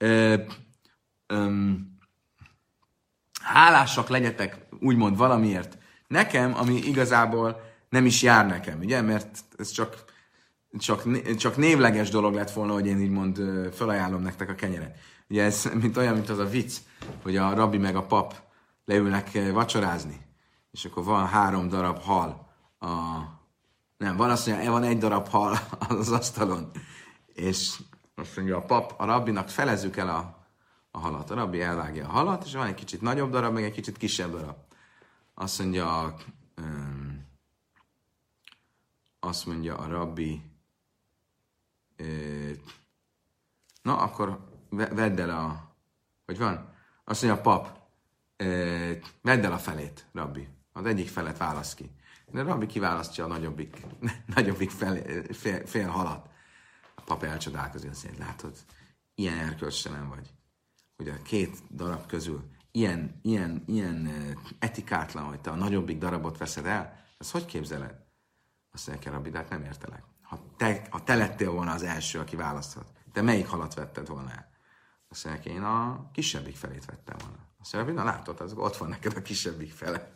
hálásak legyetek, úgymond valamiért nekem, ami igazából nem is jár nekem, ugye? Mert ez csak névleges dolog lett volna, hogy én úgymond felajánlom nektek a kenyeret. Ugye ez olyan, mint az a vicc, hogy a rabbi meg a pap leülnek vacsorázni, és akkor van 3 darab hal van azt mondja, van 1 darab hal az asztalon, és azt mondja, a pap a rabbinak felezzük el a halat. A rabbi elvágja a halat, és van egy kicsit nagyobb darab, meg egy kicsit kisebb darab. Azt mondja a rabbi, na, akkor vedd el hogy van? Azt mondja a pap, vedd el a felét, rabbi. Az egyik felet válasz ki. De a rabbi kiválasztja a nagyobbik fél halat. A pap elcsodálkozik, azt mondja, látod, ilyen erkölcstelen vagy, hogy a 2 darab közül ilyen etikátlan, hogy te a nagyobbik darabot veszed el, ezt hogy képzeled? Azt mondja, rabbi, de hát nem értelek. Ha te lettél volna az első, aki választhat, te melyik halat vetted volna el? Azt mondja, én a kisebbik felét vettem volna. Azt mondja, na látod, az ott van neked a kisebbik fele.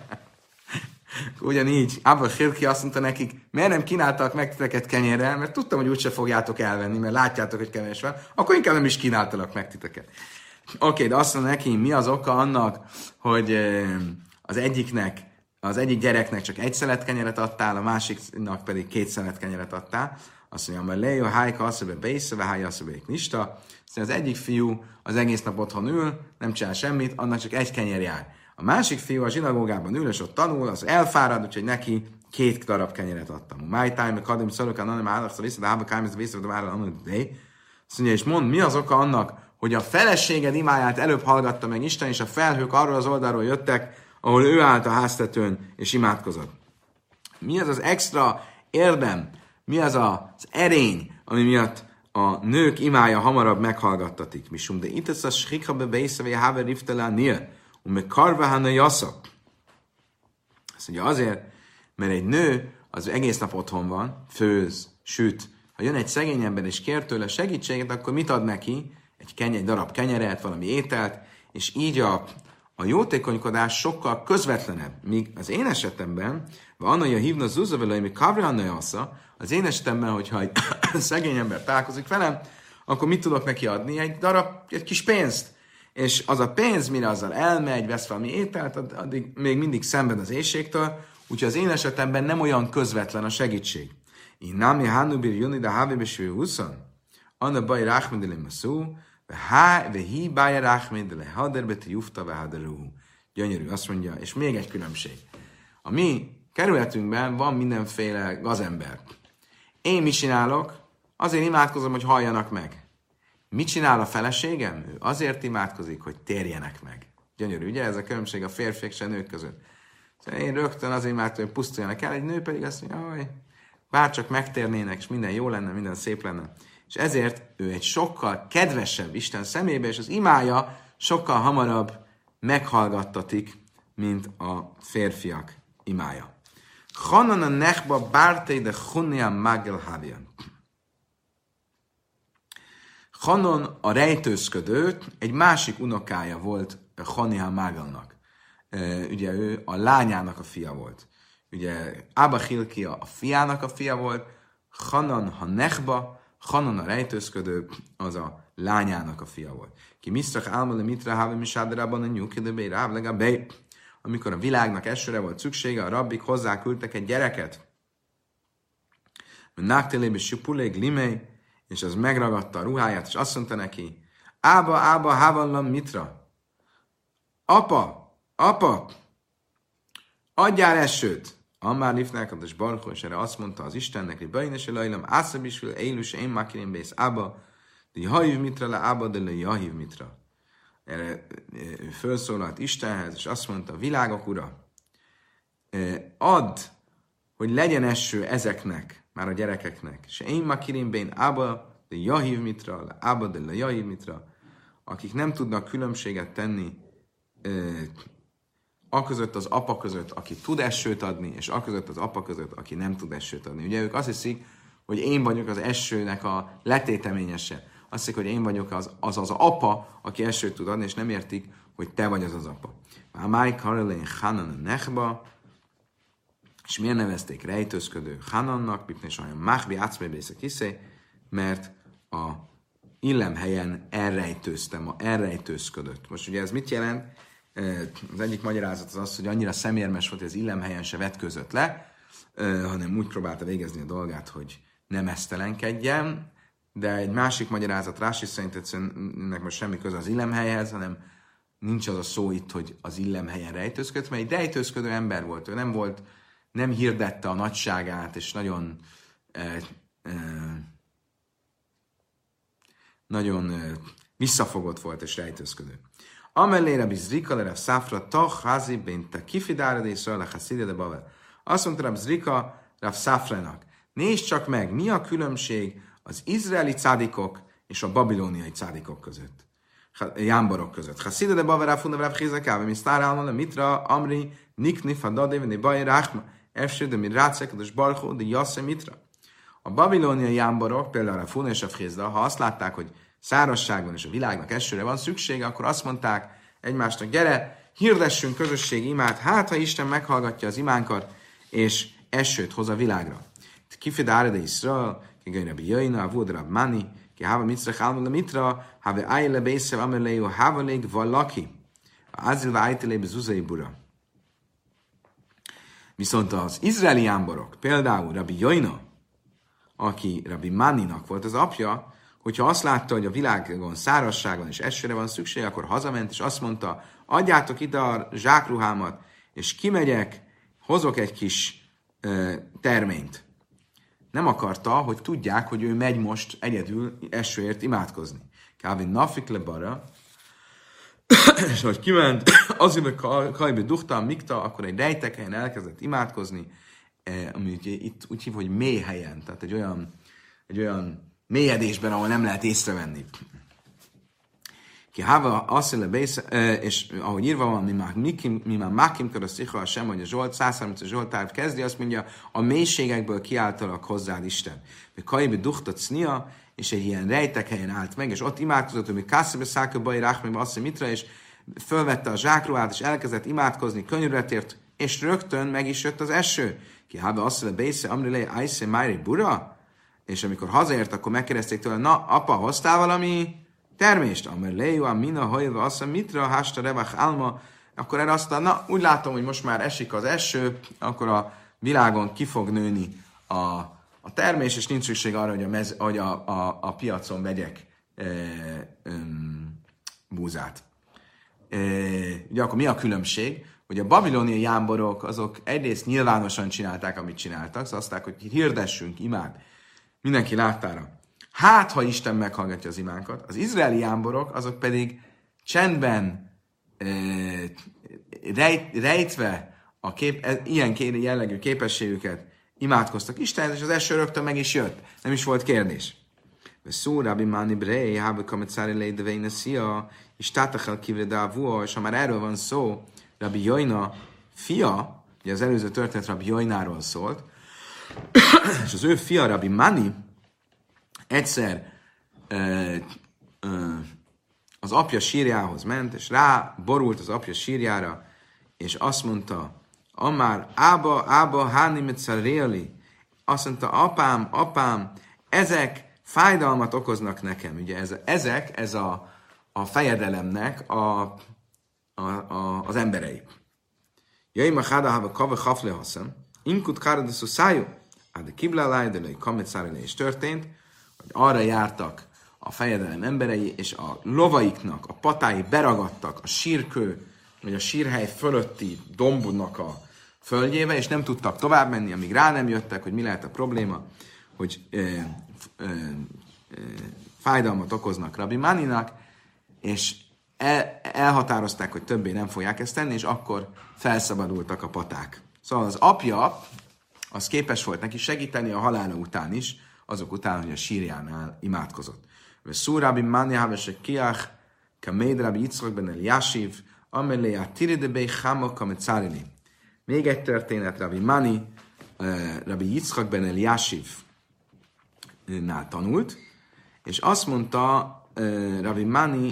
Ugyanígy, Abba Hilki azt mondta nekik, miért nem kínáltak meg titeket kenyérrel, mert tudtam, hogy úgyse fogjátok elvenni, mert látjátok, hogy kevés van, akkor inkább nem is kínáltalak meg titeket. Oké, de azt mondta neki, mi az oka annak, hogy az egyik gyereknek csak 1 szelet kenyeret adtál, a másiknak pedig 2 szelet kenyeret adtál. Azt mondja, mert Leo, Hájka, Asszebe, Beiszebe, Hája, Asszebe, Nista. Az egyik fiú az egész nap otthon ül, nem csinál semmit, annak csak 1 kenyér jár. A másik fiú a zsinagógában ül, és ott tanul, az elfárad, úgyhogy neki 2 darab kenyeret adtam. My time, kadim, szorokán, hanem állapszal vissza, de hába kámez, vissza, de várra, annak day. Azt mondja, és mondd, mi az oka annak, hogy a feleséged imáját előbb hallgatta meg Isten, és a felhők arról az oldalról jöttek, ahol ő állt a háztetőn, és imádkozott. Mi az az extra érdem, mi az az erény, ami miatt a nők imája hamarabb meghallgattatik. Misum, de itt ez a shrika bebeiszevé haver riftelá nier, meg karvahana jaszak. Azt mondja, azért, mert egy nő az egész nap otthon van, főz, süt. Ha jön egy szegény ember és kér tőle segítséget, akkor mit ad neki? Egy darab kenyeret, valami ételt, és így a jótékonykodás sokkal közvetlenebb. Míg az én esetemben, Annaja hívna Zuzavele, mi Kavrana az én esetemben, hogyha egy szegény ember találkozik velem, akkor mit tudok neki adni? Egy kis pénzt. És az a pénz, mire azzal elmegy, vesz valami ételt, addig még mindig szenved az éhségtől, úgyhogy az én esetemben nem olyan közvetlen a segítség. Én námi hánubir jönni, de hávé beső huszon, anna baj ráhmedele maszú, ve hi bája ráhmedele haderbe te jufta ve haderú. Gyönyörű, azt mondja, és még egy különbség. A mi kerületünkben van mindenféle gazember. Én mit csinálok? Azért imádkozom, hogy halljanak meg. Mit csinál a feleségem? Ő azért imádkozik, hogy térjenek meg. Gyönyörű, ugye? Ez a különbség a férfiak és a nők között. Szóval én rögtön azért imádkozom, hogy pusztuljanak el, egy nő pedig azt mondja, hogy bárcsak megtérnének, és minden jó lenne, minden szép lenne. És ezért ő egy sokkal kedvesebb Isten szemébe, és az imája sokkal hamarabb meghallgattatik, mint a férfiak imája. Hanan a nechba bártei de hunnia magel havian. Hanon a rejtőzködő egy másik unokája volt Haniha Mágalnak. Ugye ő a lányának a fia volt. Ugye Abba Hilkia a fiának a fia volt, Hanan ha nechba, Hanon a rejtőzködő, az a lányának a fia volt. Ki misztrach álmale mitra háve misádrában a nyúkidebé rávlegabé. Amikor a világnak esőre volt szüksége, a rabbik hozzá küldtek egy gyereket. Náktelébe sipulé glimé, és az megragadta a ruháját, és azt mondta neki, Ába, hávallam mitra. Apa, adjál esőt. Ammár lifnákat és barkó, és erre azt mondta az Istennek, hogy bajnes elajlam, ászab is vil, élus, én makirin bész, Ába, de jahiv mitra le, Ába, de le jahiv mitra. Erre felszólalt Istenhez, és azt mondta, világok ura, add, hogy legyen eső ezeknek, már a gyerekeknek, és én makirin bén, Ába, de jahiv mitra, le, Ába, de le jahiv mitra, akik nem tudnak különbséget tenni aközött az apa között, aki tud esőt adni, és aközött az apa között, aki nem tud esőt adni. Ugye ők azt hiszik, hogy én vagyok az esőnek a letéteményese. Azt hiszik, hogy én vagyok az apa, aki esőt tud adni, és nem értik, hogy te vagy az apa. Máj karelén Hanan nechba, és miért nevezték rejtőzködő Hanannak, és olyan Máhbi átszmébésze kiszé, mert a illemhelyen elrejtőzködött. Most ugye ez mit jelent? Az egyik magyarázat az, hogy annyira szemérmes volt, hogy az illemhelyen se vetközött le, hanem úgy próbálta végezni a dolgát, hogy nem esztelenkedjen, de egy másik magyarázat Rási szerint egyszerűen most semmi köze az illemhelyhez, hanem nincs az a szó itt, hogy az illemhelyen rejtőzködött, mert egy rejtőzködő ember volt. Ő nem hirdette a nagyságát, és nagyon visszafogott volt és rejtőzködő. Amellére bizrika le Szafra tach házi bint kifidára de Israel a Haszide de Bavel. Azt mondta Rav Zrika Rav Szafrának, nézd csak meg, mi a különbség az izraeli cádikok és a babilóniai cádikok között, jámborok között. Haszide de Bavel ráfunda Rav Chizakáve, mi sztárálna mitra amri nikni fadadé veni baj ráhma, efső de mi rácekados barchó de jasze mitra. A babilóniai jámborok, például a Funa és a Chizda, ha azt látták, hogy szárazságban és a világnak esőre van szüksége, akkor azt mondták egymásnak, gyere, hirdessünk közösségi imát, hát ha Isten meghallgatja az imánkat, és esőt hoz a világra. Kifid de Israel, ki Rabbi Jaina, avud Rab Mani, ki hava mitzrach álmul mitra, have ájle beiszev ameleu havalég valaki, azilva ájtelé bezuzai bura. Viszont az izraeli jámborok, például Rabbi Jaina, aki Rabbi Maninak volt az apja, hogyha azt látta, hogy a világon szárazság van és esőre van szükség, akkor hazament, és azt mondta, adjátok ide a zsákruhámat, és kimegyek, hozok egy kis terményt. Nem akarta, hogy tudják, hogy ő megy most egyedül esőért imádkozni. Kávin nafik le bara, és hogy kiment, azért, hogy kajbe duhtam, mikta, akkor egy rejtek helyen elkezdett imádkozni, ami itt úgy hív, hogy mély helyen, tehát egy olyan mélyedésben, ahol nem lehet észrevenni. Ki hava asszele bész, és ahogy írva van, mi már mákim kör a szicha sem, hogy a Zsolt, 130 Zsoltár kezdi, azt mondja, a mélységekből kiáltalak hozzád Isten. Mi kajbi duhtat sznia, és egy ilyen rejtek helyen állt meg, és ott imádkozott, hogy mi kászebe száköbai rákmegybe asszem mitra, és fölvette a zsákruhát, és elkezdett imádkozni, könyörületért ért, és rögtön meg is jött az eső. Ki hava asszele bésze, amrilé, ájsze, májri, bura? És amikor hazaért, akkor megkérdezték tőle, na, apa, hoztál valami termést? Amer leju, amina, hajva, azt mitra, hásta, revach, álma. Akkor erre azt mondta, na, úgy látom, hogy most már esik az eső, akkor a világon ki fog nőni a termés, és nincs szükség arra, hogy a piacon vegyek búzát. Ugye akkor mi a különbség? hogy a babiloniai jámborok azok egyrészt nyilvánosan csinálták, amit csináltak, szóval azt hogy hirdessünk imád mindenki láttára. Hát, ha Isten meghallgatja az imánkat, az izraeli jámborok azok pedig csendben rejtve ilyen jellegű képességüket imádkoztak Istenhez, és az eső rögtön meg is jött. Nem is volt kérdés. Szó, Rabbi Mani Brei, Hábe Kametszári Leidveine Szia, és Tátachel Kivredávua, és ha már erről van szó, Rabbi Jojna fia, ugye az előző történet Rabbi Jojnáról szólt, és az ő fia, Rabbi Mani, egyszer az apja sírjához ment, és rá borult az apja sírjára, és azt mondta, Amár, Ába, Háni Metzaréli, azt mondta, apám, ezek fájdalmat okoznak nekem. Ugye ez a fejedelemnek az emberei. Jöjj ma háda hába kave hafle haszem, inkut káradaszú szájú, de kibláláj, de lőj kametszárele is történt, hogy arra jártak a fejedelem emberei, és a lovaiknak a patái beragadtak a sírkő, vagy a sírhely fölötti dombudnak a földjébe, és nem tudtak tovább menni, amíg rá nem jöttek, hogy mi lehet a probléma, hogy fájdalmat okoznak Rabbi Maninak, és elhatározták, hogy többé nem fogják ezt tenni, és akkor felszabadultak a paták. Szóval az apja, az képes volt neki segíteni a halála után is, azok után, hogy a sírjánál imádkozott. Szú Rabbi Mani havesek kiach, kaméd Rabbi Yitzchak ben Eliashiv, amelé a tiridebei cháma kametszárili. Még egy történet, Rabbi Mani, Rabbi Yitzchak ben Eliashiv-nál tanult, és azt mondta Rabbi Mani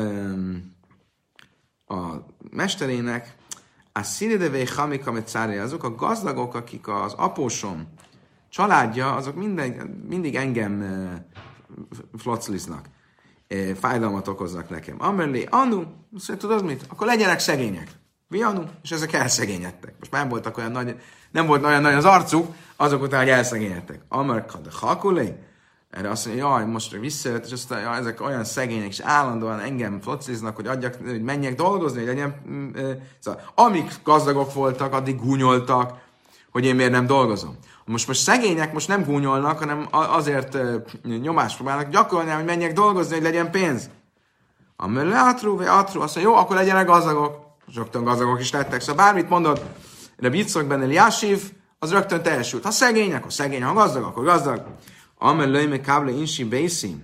a mesterének, a szíridevei chámi kametszárili, azok a gazdagok, akik az apósom családja, azok mindig engem flocliznak, fájdalmat okoznak nekem. Amerlé, anu, tudod mit? Akkor legyenek szegények. Mi anu? És ezek elszegényedtek. Most már nem volt olyan nagy az arcuk, azok után, hogy elszegényedtek. Amerka, de hakulé? Erre azt mondja, jaj, most visszajött, és azt mondja, ezek olyan szegények, és állandóan engem flocliznak, hogy menjek dolgozni, hogy legyen. Szóval, amíg gazdagok voltak, addig gúnyoltak, hogy én miért nem dolgozom. Most szegények most nem gúnyolnak, hanem azért nyomást próbálnak gyakorolni, hogy menjek dolgozni, hogy legyen pénz. Amellé átrú, azt mondja, jó, akkor legyenek gazdagok. Rögtön gazdagok is lettek. Szóval bármit mondod, Rabbi Yitzchak ben Eliashiv, az rögtön teljesült. Ha szegény, akkor szegény, ha gazdag, akkor gazdag. Amellé me káble insi beiszi.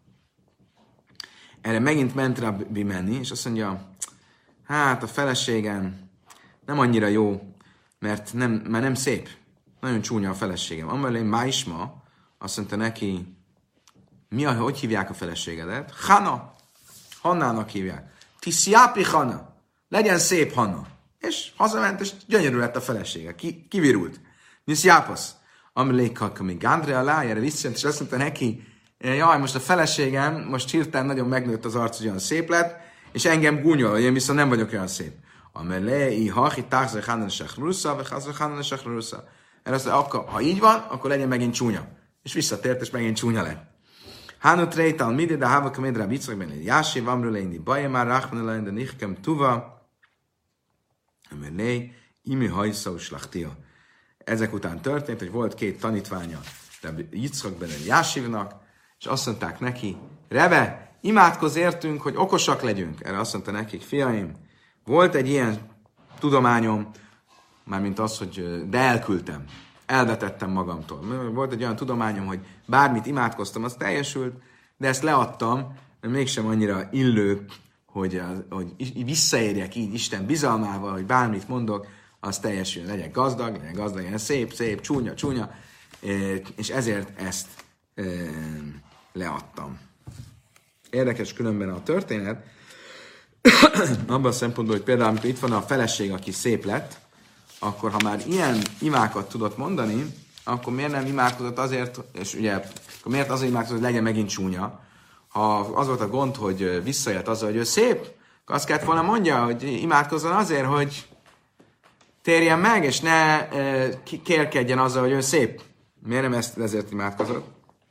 Erre megint ment Rabbi Mani, és azt mondja, hát a feleségem nem annyira jó, mert már nem szép. Nagyon csúnya a feleségem. Amelé Máisma azt mondta neki, hogy hívják a feleségedet? Hannának hívják. Tisziápi Hanna. Legyen szép Hanna. És hazament, és gyönyörű lett a felesége. Kivirult. Nisziápasz. Amelé Kakami Gándre alá, erre visszajött, és azt mondta neki, jaj, most a feleségem, most hirtelen nagyon megnőtt az arc, hogy olyan szép lett, és engem gúnyol, én viszont nem vagyok olyan szép. Amelé Hachi Táxer Hanna Sechrusa, vagy Hazar Hanna Sechrusa. Erre azt mondja, ha így van, akkor legyen megint csúnya. És visszatért, és megint csúnya lett. Hánut rejtal midi, de hávak a médre Yitzchak ben Eliashiv, amruleini bajemár, rachmanelein, de nichkem tuva, amelé, imi hajszau slachtia. Ezek után történt, hogy volt két tanítványa Yitzchak ben Eliashivnak, és azt mondták neki, Rebe, imádkozz értünk, hogy okosak legyünk. Erre azt mondta nekik, fiaim, volt egy ilyen tudományom, mármint az, hogy de elküldtem, elvetettem magamtól. Volt egy olyan tudományom, hogy bármit imádkoztam, az teljesült, de ezt leadtam, mert mégsem annyira illő, hogy visszaérjek így Isten bizalmával, hogy bármit mondok, az teljesül. Legyen gazdag, legyen szép, csúnya, és ezért ezt leadtam. Érdekes különben a történet, abban a szempontból, hogy például amikor itt van a feleség, aki szép lett, akkor ha már ilyen imákat tudott mondani, akkor miért nem imádkozott azért, és ugye, akkor miért azért imádkozott, hogy legyen megint csúnya? Ha az volt a gond, hogy visszajött azzal, hogy ő szép, akkor azt kellett volna mondja, hogy imádkozzon azért, hogy térjen meg, és ne kérkedjen azzal, hogy ő szép. Miért nem ezért imádkozott?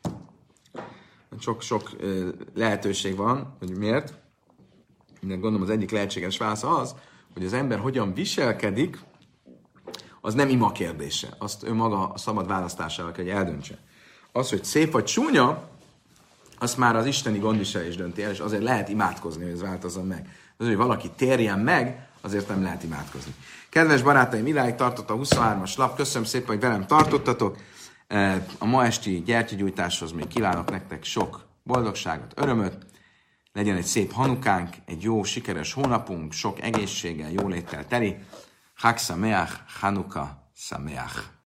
Sok lehetőség van, hogy miért. Gondolom az egyik lehetséges válasz az, hogy az ember hogyan viselkedik, az nem ima kérdése. Azt ő maga a szabad választásával kell, hogy eldöntse. Az, hogy szép vagy csúnya, azt már az isteni gondviselés dönti el, és azért lehet imádkozni, hogy ez változzon meg. Az, hogy valaki térjen meg, azért nem lehet imádkozni. Kedves barátaim, idáig tartott a 23-as lap. Köszönöm szépen, hogy velem tartottatok. A ma esti gyertyagyújtáshoz még kívánok nektek sok boldogságot, örömöt. Legyen egy szép hanukánk, egy jó, sikeres hónapunk, sok egészséggel, jóléttel teli. Chag Sameach, Hanuka Sameach.